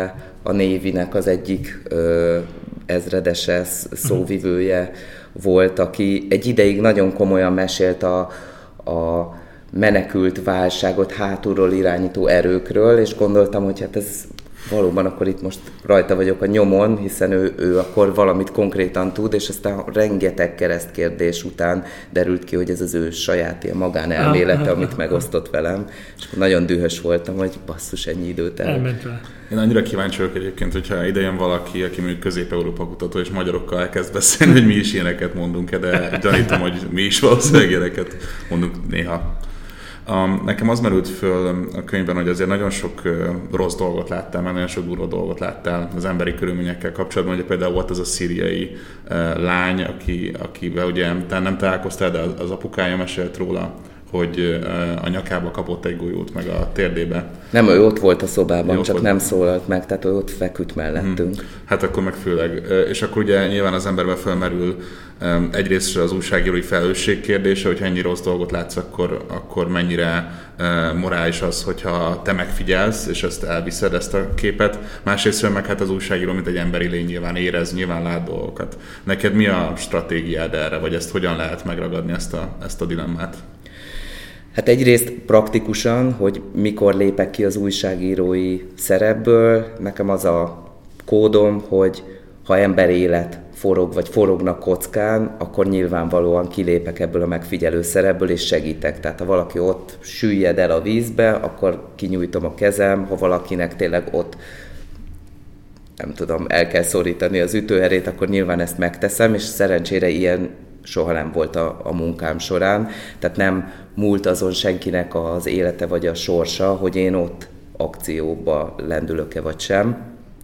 a Navy-nek az egyik ö, ezredese, szóvivője volt, aki egy ideig nagyon komolyan mesélt a, a menekült válságot hátulról irányító erőkről, és gondoltam, hogy hát ez valóban akkor itt most rajta vagyok a nyomon, hiszen ő, ő akkor valamit konkrétan tud, és aztán rengeteg keresztkérdés után derült ki, hogy ez az ő saját ilyen magánelmélete, amit megosztott velem, és akkor nagyon dühös voltam, hogy basszus, ennyi időt el. Elment vele. Én annyira kíváncsi vagyok egyébként, hogyha ide jön valaki, aki mondjuk Közép-Európa kutató, és magyarokkal elkezd beszélni, hogy mi is ilyeneket mondunk, de gyanítom, hogy mi is valószínűleg ilyeneket mondunk néha. Um, nekem az merült föl a könyvben, hogy azért nagyon sok uh, rossz dolgot láttál, mert nagyon sok durva dolgot láttál az emberi körülményekkel kapcsolatban, hogy például volt az a szíriai uh, lány, aki, akivel ugye te nem találkoztál, de az, az apukája mesélt róla, hogy uh, a nyakába kapott egy golyót, meg a térdébe. Nem, ő ott volt a szobában, Jó, csak volt. Nem szólalt meg, tehát ő ott feküdt mellettünk. Hmm. Hát akkor meg főleg. És akkor ugye nyilván az emberben felmerül um, egyrészt az újságírói felelősség kérdése, hogyha ennyi rossz dolgot látsz, akkor, akkor mennyire uh, morális az, hogyha te megfigyelsz, és ezt elviszed, ezt a képet. Másrészt meg hát az újságíró, mint egy emberi lény, nyilván érez, nyilván lát dolgokat. Neked mi a stratégiád erre, vagy ezt hogyan lehet megragadni, ezt a, ezt a dilemmát? Hát egyrészt praktikusan, hogy mikor lépek ki az újságírói szerepből, nekem az a kódom, hogy ha ember élet forog, vagy forognak kockán, akkor nyilvánvalóan kilépek ebből a megfigyelő szerepből, és segítek. Tehát ha valaki ott süllyed el a vízbe, akkor kinyújtom a kezem, ha valakinek tényleg ott nem tudom, el kell szorítani az ütőerét, akkor nyilván ezt megteszem, és szerencsére ilyen soha nem volt a, a munkám során, tehát nem múlt azon senkinek az élete vagy a sorsa, hogy én ott akcióba lendülök-e vagy sem.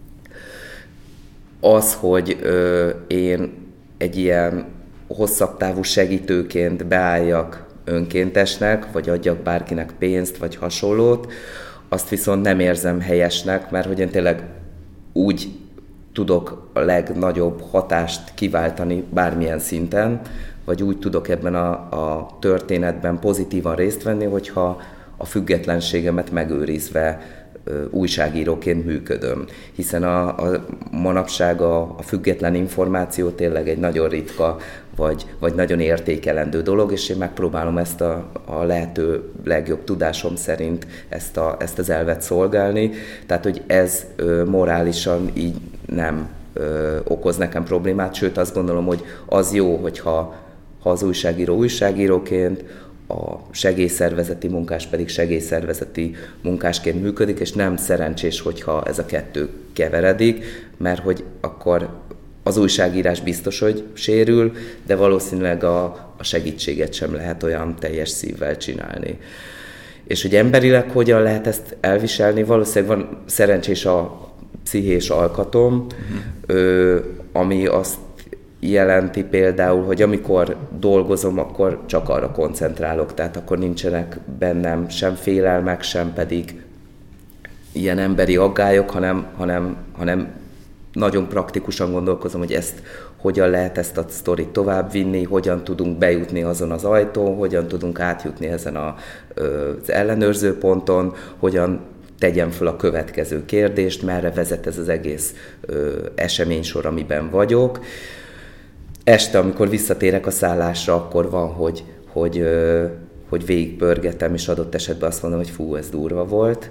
Az, hogy ö, én egy ilyen hosszabb távú segítőként beálljak önkéntesnek, vagy adjak bárkinek pénzt, vagy hasonlót, azt viszont nem érzem helyesnek, mert hogy én tényleg úgy tudok a legnagyobb hatást kiváltani bármilyen szinten, vagy úgy tudok ebben a, a történetben pozitívan részt venni, hogyha a függetlenségemet megőrizve ö, újságíróként működöm. Hiszen a, a manapság a, a független információ tényleg egy nagyon ritka, vagy, vagy nagyon értékelendő dolog, és én megpróbálom ezt a, a lehető legjobb tudásom szerint ezt, a, ezt az elvet szolgálni. Tehát, hogy ez ö, morálisan így nem ö, okoz nekem problémát, sőt azt gondolom, hogy az jó, hogyha ha az újságíró újságíróként, a segélyszervezeti munkás pedig segélyszervezeti munkásként működik, és nem szerencsés, hogyha ez a kettő keveredik, mert hogy akkor az újságírás biztos, hogy sérül, de valószínűleg a, a segítséget sem lehet olyan teljes szívvel csinálni. És hogy emberileg hogyan lehet ezt elviselni, valószínűleg van szerencsés a pszichés alkatom, uh-huh. ö, ami azt jelenti például, hogy amikor dolgozom, akkor csak arra koncentrálok, tehát akkor nincsenek bennem sem félelmek, sem pedig ilyen emberi aggályok, hanem, hanem, hanem nagyon praktikusan gondolkozom, hogy ezt hogyan lehet ezt a sztorit továbbvinni, hogyan tudunk bejutni azon az ajtón, hogyan tudunk átjutni ezen a, az ellenőrző ponton, hogyan tegyem fel a következő kérdést, merre vezet ez az egész ö, eseménysor, amiben vagyok. Este, amikor visszatérek a szállásra, akkor van, hogy, hogy, ö, hogy végigpörgetem, és adott esetben azt mondom, hogy fú, ez durva volt.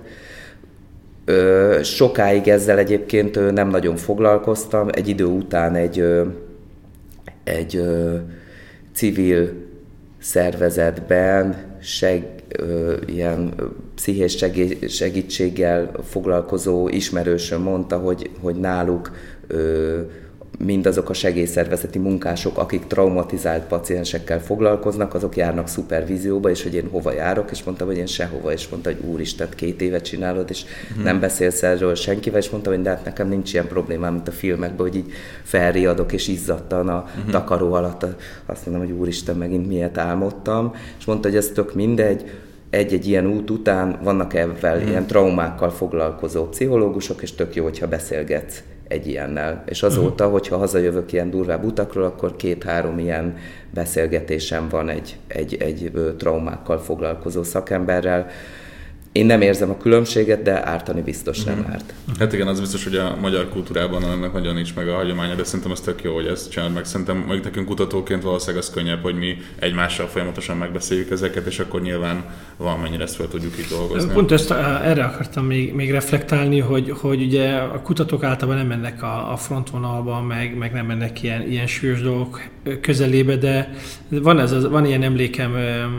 Ö, sokáig ezzel egyébként ö, nem nagyon foglalkoztam. Egy idő után egy, ö, egy ö, civil szervezetben seg, ö, ilyen pszichés segí- segítséggel foglalkozó ismerősöm mondta, hogy, hogy náluk ö, mindazok a segélyszervezeti munkások, akik traumatizált paciensekkel foglalkoznak, azok járnak szupervízióba, és hogy én hova járok, és mondtam, hogy én sehova, és mondta, hogy úristen, két évet csinálod, és hmm. nem beszélsz erről senkivel, és mondtam, hogy de hát nekem nincs ilyen problémám, mint a filmekben, hogy így felriadok, és izzadtan a hmm. takaró alatt. Azt mondom, hogy úristen, megint miért álmodtam, és mondta, hogy ez tök mindegy, egy-egy ilyen út után vannak ebben hmm. ilyen traumákkal foglalkozó pszichológusok, és tök jó, hogyha beszélgetsz egy ilyennel. És azóta, hogyha hazajövök ilyen durvább utakról, akkor két-három ilyen beszélgetésem van egy, egy, egy traumákkal foglalkozó szakemberrel, én nem érzem a különbséget, de ártani biztos nem Mm-hmm. árt. Hát igen, az biztos, hogy a magyar kultúrában ennek nagyon nincs meg a hagyománya, de szerintem ez tök jó, hogy ezt csinálod meg. Szerintem meg nekünk kutatóként valószínűleg az könnyebb, hogy mi egymással folyamatosan megbeszéljük ezeket, és akkor nyilván valamennyire ezt fel tudjuk így dolgozni. Pont ezt, erre akartam még, még reflektálni, hogy, hogy ugye a kutatók általában nem mennek a, a frontvonalba, meg, meg nem mennek ilyen, ilyen súlyos dolgok közelébe, de van, ez, van ilyen emlékem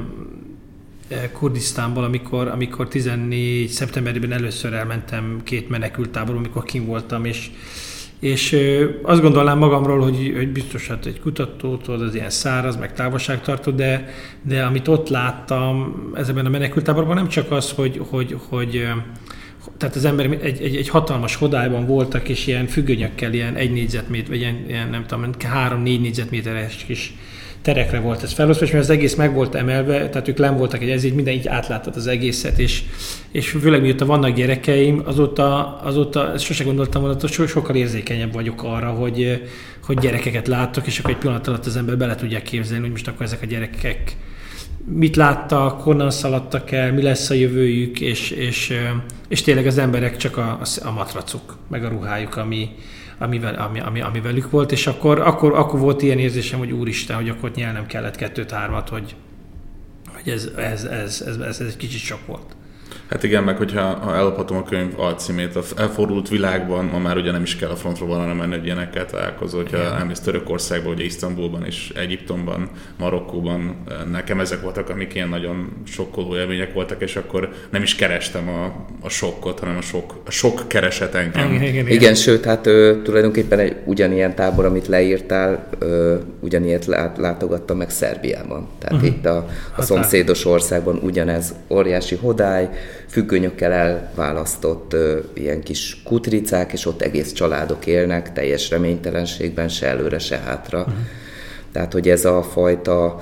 Kurdisztánból, amikor, amikor tizennégy szeptemberében először elmentem két menekülttáborba, amikor kint voltam, és, és azt gondolnám magamról, hogy, hogy biztos hát egy kutatótól az ilyen száraz, meg távolságtartó, de, de amit ott láttam ezekben a menekülttáborban nem csak az, hogy, hogy, hogy tehát az emberek egy, egy, egy hatalmas hodályban voltak, és ilyen függönyökkel, ilyen egy négyzetméter, vagy ilyen, ilyen nem tudom, három-négy négyzetméteres kis terekre volt ez felosztva, és mert az egész meg volt emelve, tehát ők len voltak egy ezért minden így átláttad az egészet, és, és főleg mióta vannak gyerekeim, azóta, azóta sose gondoltam volna, hogy so, sokkal érzékenyebb vagyok arra, hogy, hogy gyerekeket látok, és akkor egy pillanat alatt az ember bele tudja képzelni, hogy most akkor ezek a gyerekek mit láttak, honnan szaladtak el, mi lesz a jövőjük, és, és, és tényleg az emberek csak a, a matracuk, meg a ruhájuk, ami Amivel, ami, ami, ami velük volt, és akkor, akkor, akkor volt ilyen érzésem, hogy úristen, hogy akkor nyelnem kellett kettőt-hármat, hogy, hogy ez, ez, ez, ez, ez, ez egy kicsit sok volt. Hát igen, meg hogyha ha ellophatom a könyv alcímét, az elfordult világban, ma már ugye nem is kell a frontról valami menni, hogy ilyenekkel találkozol, hogyha elmész Törökországban, ugye Isztambulban és Egyiptomban, Marokkóban, nekem ezek voltak, amik ilyen nagyon sokkoló élmények voltak, és akkor nem is kerestem a, a sokkot, hanem a sok, a sok keresett engem. Igen, igen, igen. igen sőt, hát ö, tulajdonképpen egy ugyanilyen tábor, amit leírtál, ö, ugyanilyet lát, látogattam meg Szerbiában. Tehát uh-huh. itt a, a szomszédos országban ugyanez óriási hodály, függönyökkel elválasztott ö, ilyen kis kutricák, és ott egész családok élnek, teljes reménytelenségben, se előre, se hátra. Uh-huh. Tehát, hogy ez a fajta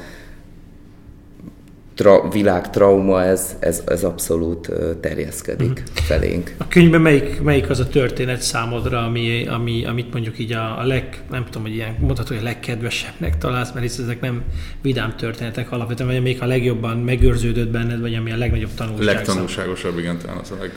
tra- világtrauma, ez, ez, ez abszolút ö, terjeszkedik uh-huh. felénk. A könyvben melyik, melyik az a történet számodra, ami, ami, amit mondjuk így a, a leg, nem tudom, hogy ilyen mondható, hogy a legkedvesebbnek találsz, mert hisz ezek nem vidám történetek alapvetően, vagy amelyik a legjobban megőrződött benned, vagy ami a legnagyobb tanulság. Legtanulságosabb, igen, talán az a legjobb.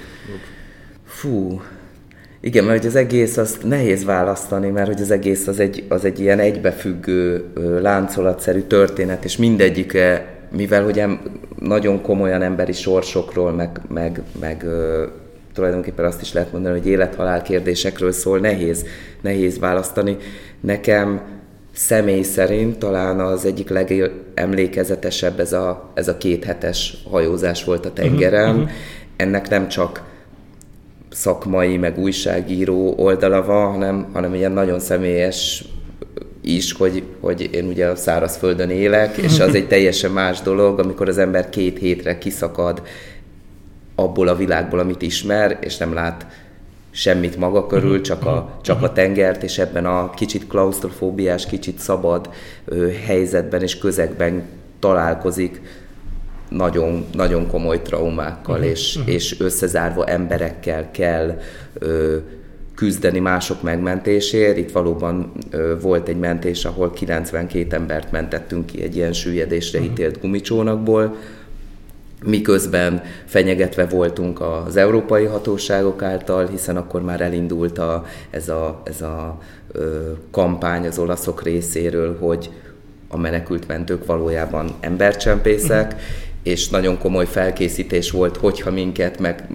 Fú, igen, mert hogy az egész, azt nehéz választani, mert hogy az egész az egy, az egy ilyen egybefüggő, láncolatszerű történet, és mindegyike, mivel hogy nagyon komolyan emberi sorsokról, meg, meg, meg tulajdonképpen azt is lehet mondani, hogy élet-halál kérdésekről szól, nehéz, nehéz választani. Nekem személy szerint talán az egyik legemlékezetesebb ez a, ez a kéthetes hajózás volt a tengeren. Uh-huh. Ennek nem csak szakmai, meg újságíró oldala van, hanem, hanem ilyen nagyon személyes is, hogy, hogy én ugye a szárazföldön élek, és az egy teljesen más dolog, amikor az ember két hétre kiszakad abból a világból, amit ismer, és nem lát semmit maga körül, csak a, csak a tengert, és ebben a kicsit klausztrofóbiás, kicsit szabad ö, helyzetben és közegben találkozik nagyon, nagyon komoly traumákkal, uh-huh, és, uh-huh. és összezárva emberekkel kell ö, küzdeni mások megmentésért. Itt valóban ö, volt egy mentés, ahol kilencvenkét embert mentettünk ki egy ilyen süllyedésre uh-huh. ítélt gumicsónakból, miközben fenyegetve voltunk az európai hatóságok által, hiszen akkor már elindult a, ez a, ez a ö, kampány az olaszok részéről, hogy a menekültmentők valójában embercsempészek, uh-huh. és nagyon komoly felkészítés volt, hogyha minket meg,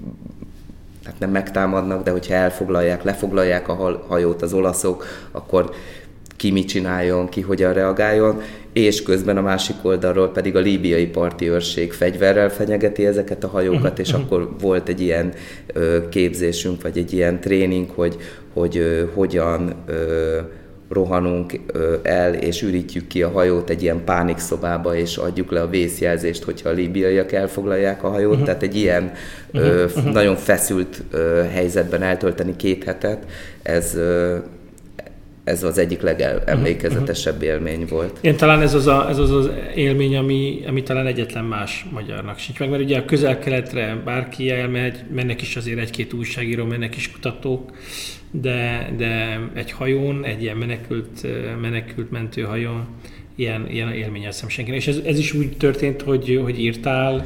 hát nem megtámadnak, de hogyha elfoglalják, lefoglalják a hajót az olaszok, akkor ki mit csináljon, ki hogyan reagáljon, és közben a másik oldalról pedig a líbiai parti őrség fegyverrel fenyegeti ezeket a hajókat, és akkor volt egy ilyen ö, képzésünk, vagy egy ilyen tréning, hogy, hogy ö, hogyan ö, rohanunk ö, el, és ürítjük ki a hajót egy ilyen pánikszobába, és adjuk le a vészjelzést, hogyha a líbiaiak elfoglalják a hajót. Uh-huh. Tehát egy ilyen ö, uh-huh. nagyon feszült ö, helyzetben eltölteni két hetet, ez ö, ez az egyik legemlékezetesebb élmény volt. Én talán ez az a, ez az, az élmény, ami, ami talán egyetlen más magyarnak sincs meg, mert ugye a Közel-Keletre bárki elmegy, mennek is azért egy-két újságíró, mennek is kutatók, de, de egy hajón, egy ilyen menekült, menekült mentőhajón ilyen, ilyen élmény azt hiszem senkinek. És ez, ez is úgy történt, hogy, hogy írtál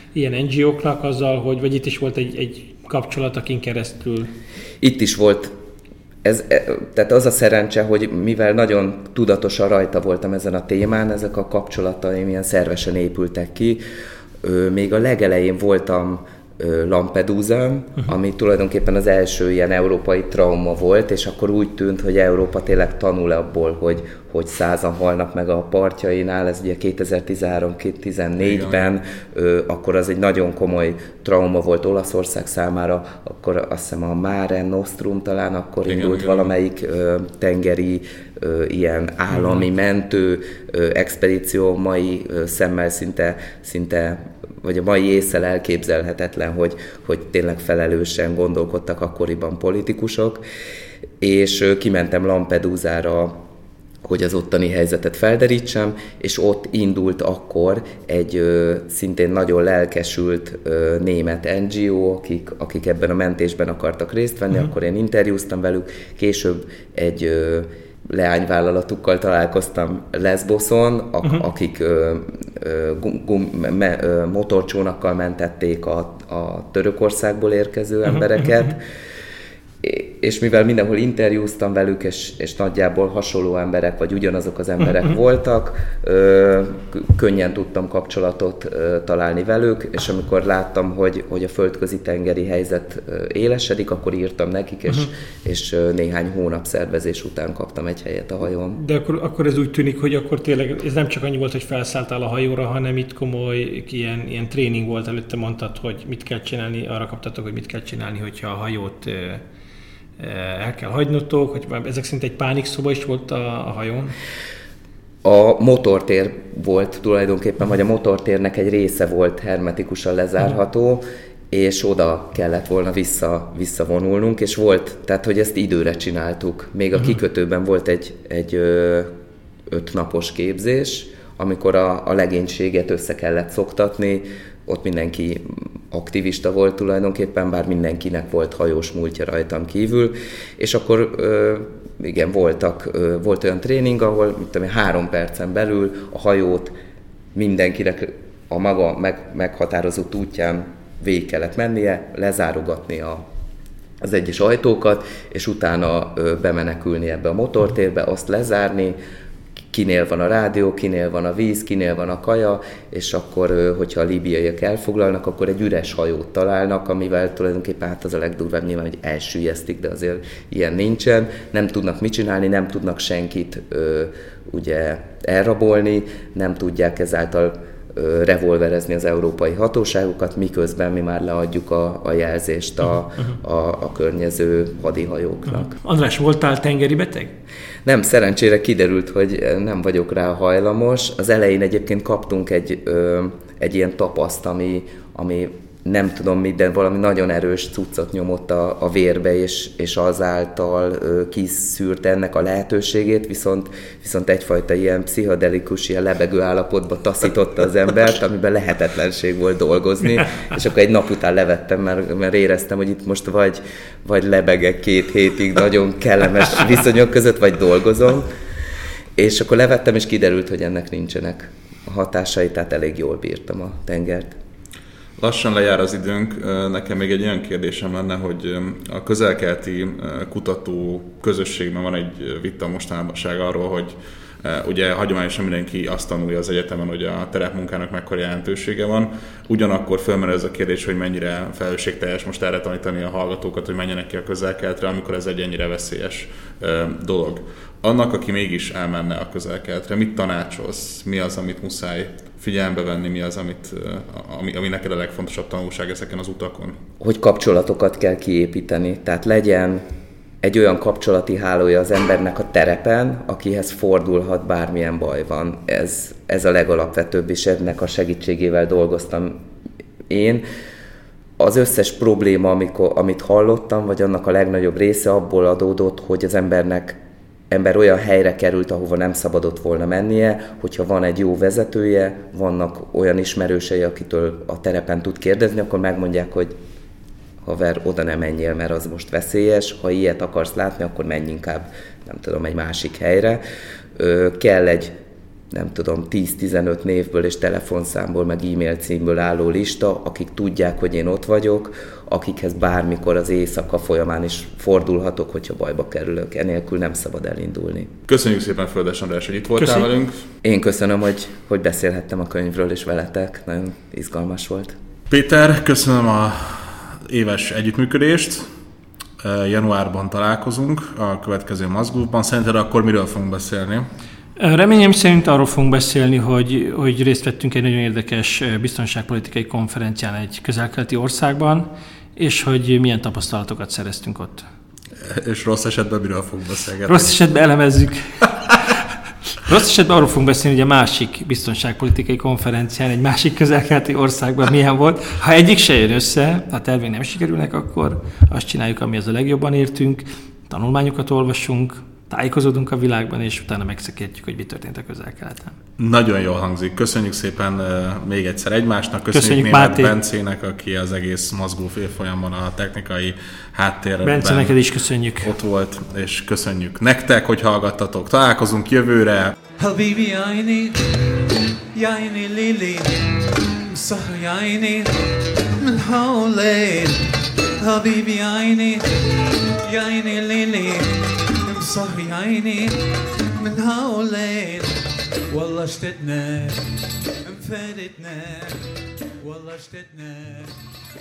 ilyen en gé óknak azzal, hogy, vagy itt is volt egy, egy kapcsolat, akin keresztül? Itt is volt. Ez, tehát az a szerencse, hogy mivel nagyon tudatosan rajta voltam ezen a témán, ezek a kapcsolataim ilyen szervesen épültek ki. Még a legelején voltam Lampedusán, uh-huh. ami tulajdonképpen az első ilyen európai trauma volt, és akkor úgy tűnt, hogy Európa tényleg tanul abból, hogy, hogy százan halnak meg a partjainál, ez ugye kétezer-tizenhárom kétezer-tizennégyben, ö, akkor az egy nagyon komoly trauma volt Olaszország számára, akkor azt hiszem a Mare Nostrum talán akkor igen, indult igen. valamelyik ö, tengeri ö, ilyen állami uh-huh. mentő ö, expedíció, mai ö, szemmel szinte, szinte vagy a mai ésszel elképzelhetetlen, hogy, hogy tényleg felelősen gondolkodtak akkoriban politikusok, és kimentem Lampedusára, hogy az ottani helyzetet felderítsem, és ott indult akkor egy ö, szintén nagyon lelkesült ö, német en gé ó, akik, akik ebben a mentésben akartak részt venni, uh-huh. akkor én interjúztam velük, később egy ö, leányvállalatukkal találkoztam Lesboson, ak- uh-huh. akik ö, ö, gum, me, ö, motorcsónakkal mentették a, a Törökországból érkező embereket, uh-huh. és mivel mindenhol interjúztam velük, és, és nagyjából hasonló emberek, vagy ugyanazok az emberek uh-huh. voltak, ö, könnyen tudtam kapcsolatot ö, találni velük, és amikor láttam, hogy, hogy a földközi tengeri helyzet ö, élesedik, akkor írtam nekik, és, uh-huh. és ö, néhány hónap szervezés után kaptam egy helyet a hajón. De akkor, akkor ez úgy tűnik, hogy akkor tényleg ez nem csak annyi volt, hogy felszálltál a hajóra, hanem itt komoly ilyen, ilyen tréning volt, előtte mondtad, hogy mit kell csinálni, arra kaptatok, hogy mit kell csinálni, hogyha a hajót ö, el kell hagynotok, hogy ezek szerint egy pánikszoba is volt a, a hajón? A motortér volt tulajdonképpen, vagy a motortérnek egy része volt hermetikusan lezárható, uh-huh. és oda kellett volna vissza, visszavonulnunk, és volt, tehát hogy ezt időre csináltuk. Még uh-huh. a kikötőben volt egy, egy ö, öt napos képzés, amikor a, a legénységet össze kellett szoktatni, ott mindenki aktivista volt tulajdonképpen, bár mindenkinek volt hajós múltja rajtam kívül, és akkor igen, voltak, volt olyan tréning, ahol mit tudom, három percen belül a hajót mindenkinek a maga meg, meghatározott útján végig kellett mennie, lezárogatni a, az egyes ajtókat, és utána bemenekülni ebbe a motortérbe, azt lezárni, kinél van a rádió, kinél van a víz, kinél van a kaja, és akkor, hogyha a líbiaiak elfoglalnak, akkor egy üres hajót találnak, amivel tulajdonképpen hát az a legdurvább nyilván, hogy elsüllyesztik, de azért ilyen nincsen. Nem tudnak mit csinálni, nem tudnak senkit ö, ugye elrabolni, nem tudják ezáltal ö, revolverezni az európai hatóságokat, miközben mi már leadjuk a, a jelzést a, a, a környező hadihajóknak. András, voltál tengeri beteg? Nem, szerencsére kiderült, hogy nem vagyok rá hajlamos. Az elején egyébként kaptunk egy, ö, egy ilyen tapaszt, ami, ami nem tudom mit, de valami nagyon erős cuccot nyomott a, a vérbe, és, és azáltal ö, kiszűrte ennek a lehetőségét, viszont, viszont egyfajta ilyen pszichodelikus, ilyen lebegő állapotba taszította az embert, amiben lehetetlenség volt dolgozni, és akkor egy nap után levettem, mert, mert éreztem, hogy itt most vagy, vagy lebegek két hétig nagyon kellemes viszonyok között, vagy dolgozom, és akkor levettem, és kiderült, hogy ennek nincsenek a hatásai, tehát elég jól bírtam a tengert. Lassan lejár az időnk, nekem még egy olyan kérdésem lenne, hogy a közel-keleti kutató közösségben van egy vita mostanában arról, hogy ugye hagyományosan mindenki azt tanulja az egyetemen, hogy a terepmunkának mekkora jelentősége van. Ugyanakkor fölmerül ez a kérdés, hogy mennyire felelősségteljes most erre tanítani a hallgatókat, hogy menjenek ki a közel-keletre, amikor ez egy ennyire veszélyes dolog. Annak, aki mégis elmenne a közel-keletre, mit tanácsolsz? Mi az, amit muszáj figyelembe venni, mi az, amit, ami, ami neked a legfontosabb tanulság ezeken az utakon? Hogy kapcsolatokat kell kiépíteni, tehát legyen egy olyan kapcsolati hálója az embernek a terepen, akihez fordulhat, bármilyen baj van. Ez, ez a legalapvetőbb, és ennek a segítségével dolgoztam én. Az összes probléma, amikor, amit hallottam, vagy annak a legnagyobb része abból adódott, hogy az embernek ember olyan helyre került, ahova nem szabadott volna mennie, hogyha van egy jó vezetője, vannak olyan ismerősei, akitől a terepen tud kérdezni, akkor megmondják, hogy haver, oda nem menjél, mert az most veszélyes, ha ilyet akarsz látni, akkor menj inkább, nem tudom, egy másik helyre. Ö, kell egy nem tudom, tíz-tizenöt névből és telefonszámból, meg e-mail címből álló lista, akik tudják, hogy én ott vagyok, akikhez bármikor az éjszaka folyamán is fordulhatok, hogyha bajba kerülök. Enélkül nem szabad elindulni. Köszönjük szépen, Földes András, hogy itt voltál Köszönjük. velünk. Én köszönöm, hogy, hogy beszélhettem a könyvről és veletek. Nagyon izgalmas volt. Péter, köszönöm a éves együttműködést. Januárban találkozunk a következő Mozgóban. Szerinted akkor miről fogunk beszélni? Reményem szerint arról fogunk beszélni, hogy, hogy részt vettünk egy nagyon érdekes biztonságpolitikai konferencián egy közel-keleti országban, és hogy milyen tapasztalatokat szereztünk ott. És rossz esetben miről fogunk beszélgetni? Rossz esetben elemezzük. Rossz esetben arról fogunk beszélni, hogy a másik biztonságpolitikai konferencián egy másik közel-keleti országban milyen volt. Ha egyik se jön össze, ha tervén nem sikerülnek, akkor azt csináljuk, amihez a legjobban értünk, tanulmányokat olvasunk, tájékozódunk a világban, és utána megszekítjük, hogy mi történt a közel-keleten. Nagyon jól hangzik. Köszönjük szépen uh, még egyszer egymásnak. Köszönjük, Köszönjük Németh Máté. Bencének, aki az egész Mozgó évfolyamban a technikai háttérben Bence, neked is köszönjük. ott volt, és köszönjük nektek, hogy hallgattatok. Találkozunk jövőre. حبيبي يا عيني يا عيني ليلي سهر يا عيني من حولين حبيبي يا عيني يا عيني ليلي سهر يا عيني من حولين والله اشتقنا انفردنا والله اشتقنا